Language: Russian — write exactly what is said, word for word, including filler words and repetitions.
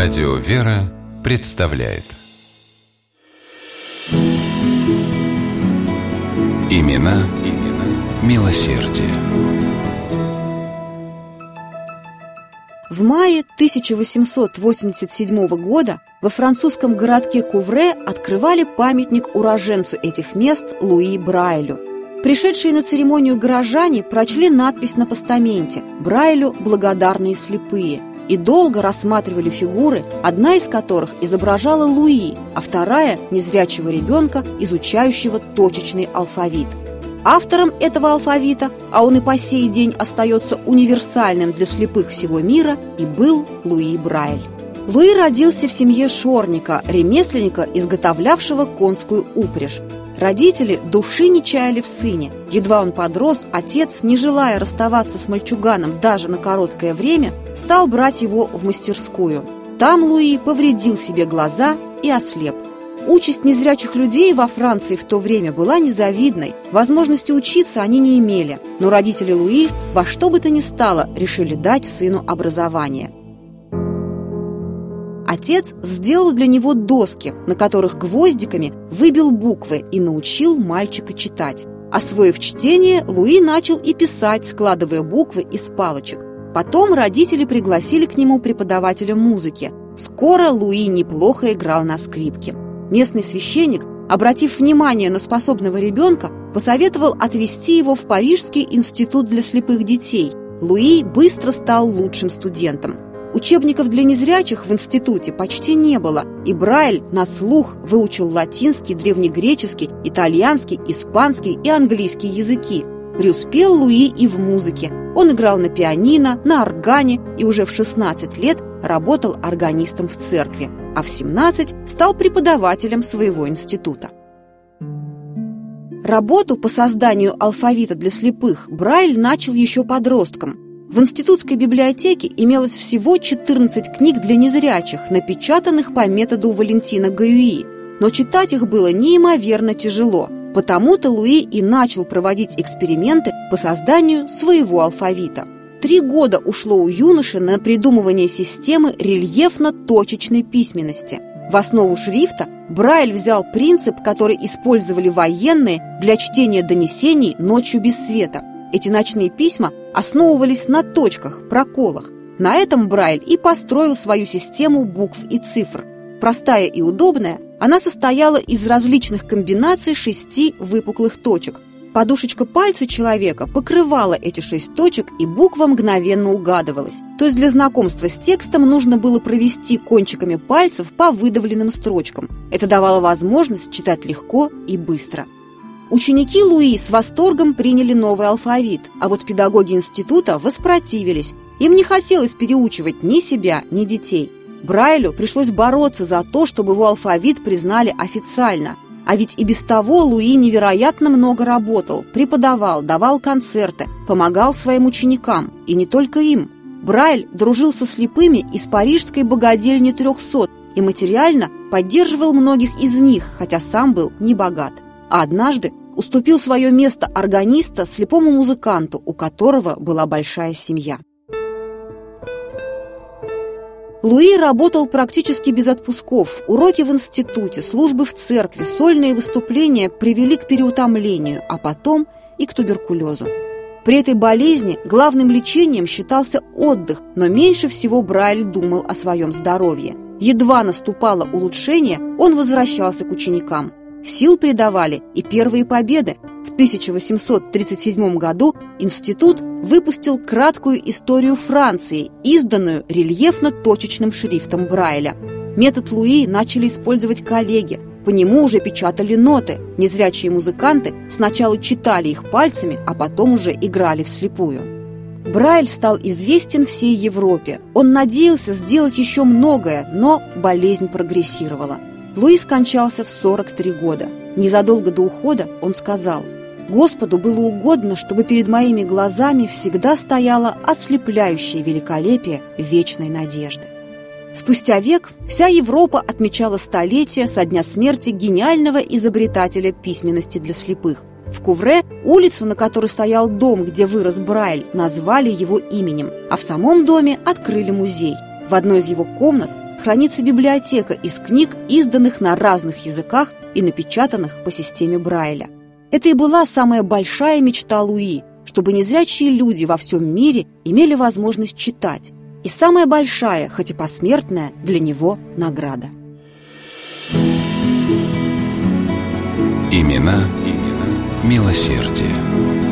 Радио «Вера» представляет Имена, имена милосердия. В мае тысяча восемьсот восемьдесят седьмого года во французском городке Кувре открывали памятник уроженцу этих мест Луи Брайлю. Пришедшие на церемонию горожане прочли надпись на постаменте «Брайлю благодарные слепые» и долго рассматривали фигуры, одна из которых изображала Луи, а вторая – незрячего ребенка, изучающего точечный алфавит. Автором этого алфавита, а он и по сей день остается универсальным для слепых всего мира, и был Луи Брайль. Луи родился в семье шорника, ремесленника, изготовлявшего конскую упряжь. Родители души не чаяли в сыне. Едва он подрос, отец, не желая расставаться с мальчуганом даже на короткое время, стал брать его в мастерскую. Там Луи повредил себе глаза и ослеп. Участь незрячих людей во Франции в то время была незавидной. Возможности учиться они не имели, но родители Луи во что бы то ни стало решили дать сыну образование. Отец сделал для него доски, на которых гвоздиками выбил буквы и научил мальчика читать. Освоив чтение, Луи начал и писать, складывая буквы из палочек. Потом родители пригласили к нему преподавателя музыки. Скоро Луи неплохо играл на скрипке. Местный священник, обратив внимание на способного ребенка, посоветовал отвезти его в Парижский институт для слепых детей. Луи быстро стал лучшим студентом. Учебников для незрячих в институте почти не было, и Брайль на слух выучил латинский, древнегреческий, итальянский, испанский и английский языки. Преуспел Луи и в музыке. Он играл на пианино, на органе и уже в шестнадцать лет работал органистом в церкви, а в семнадцать стал преподавателем своего института. Работу по созданию алфавита для слепых Брайль начал еще подростком. В институтской библиотеке имелось всего четырнадцать книг для незрячих, напечатанных по методу Валентина Гаюи, но читать их было неимоверно тяжело. Потому-то Луи и начал проводить эксперименты по созданию своего алфавита. Три года ушло у юноши на придумывание системы рельефно-точечной письменности. В основу шрифта Брайль взял принцип, который использовали военные для чтения донесений ночью без света. Эти ночные письма основывались на точках, проколах. На этом Брайль и построил свою систему букв и цифр. Простая и удобная, она состояла из различных комбинаций шести выпуклых точек. Подушечка пальца человека покрывала эти шесть точек, и буква мгновенно угадывалась. То есть для знакомства с текстом нужно было провести кончиками пальцев по выдавленным строчкам. Это давало возможность читать легко и быстро. Ученики Луи с восторгом приняли новый алфавит, а вот педагоги института воспротивились. Им не хотелось переучивать ни себя, ни детей. Брайлю пришлось бороться за то, чтобы его алфавит признали официально. А ведь и без того Луи невероятно много работал, преподавал, давал концерты, помогал своим ученикам, и не только им. Брайль дружил со слепыми из парижской богадельни трехсот и материально поддерживал многих из них, хотя сам был не богат. А однажды уступил свое место органиста слепому музыканту, у которого была большая семья. Луи работал практически без отпусков. Уроки в институте, службы в церкви, сольные выступления привели к переутомлению, а потом и к туберкулезу. При этой болезни главным лечением считался отдых, но меньше всего Брайль думал о своем здоровье. Едва наступало улучшение, он возвращался к ученикам. Сил придавали и первые победы. В тысяча восемьсот тридцать седьмом году институт выпустил краткую историю Франции, изданную рельефно-точечным шрифтом Брайля. Метод Луи начали использовать коллеги. По нему уже печатали ноты. Незрячие музыканты сначала читали их пальцами, а потом уже играли вслепую. Брайль стал известен всей Европе. Он надеялся сделать еще многое, но болезнь прогрессировала. Луи скончался в сорок три года. Незадолго до ухода он сказал: «Господу было угодно, чтобы перед моими глазами всегда стояло ослепляющее великолепие вечной надежды». Спустя век вся Европа отмечала столетие со дня смерти гениального изобретателя письменности для слепых. В Кувре улицу, на которой стоял дом, где вырос Брайль, назвали его именем, а в самом доме открыли музей. В одной из его комнат хранится библиотека из книг, изданных на разных языках и напечатанных по системе Брайля. Это и была самая большая мечта Луи, чтобы незрячие люди во всем мире имели возможность читать. И самая большая, хоть и посмертная, для него награда. Имена, имена милосердия.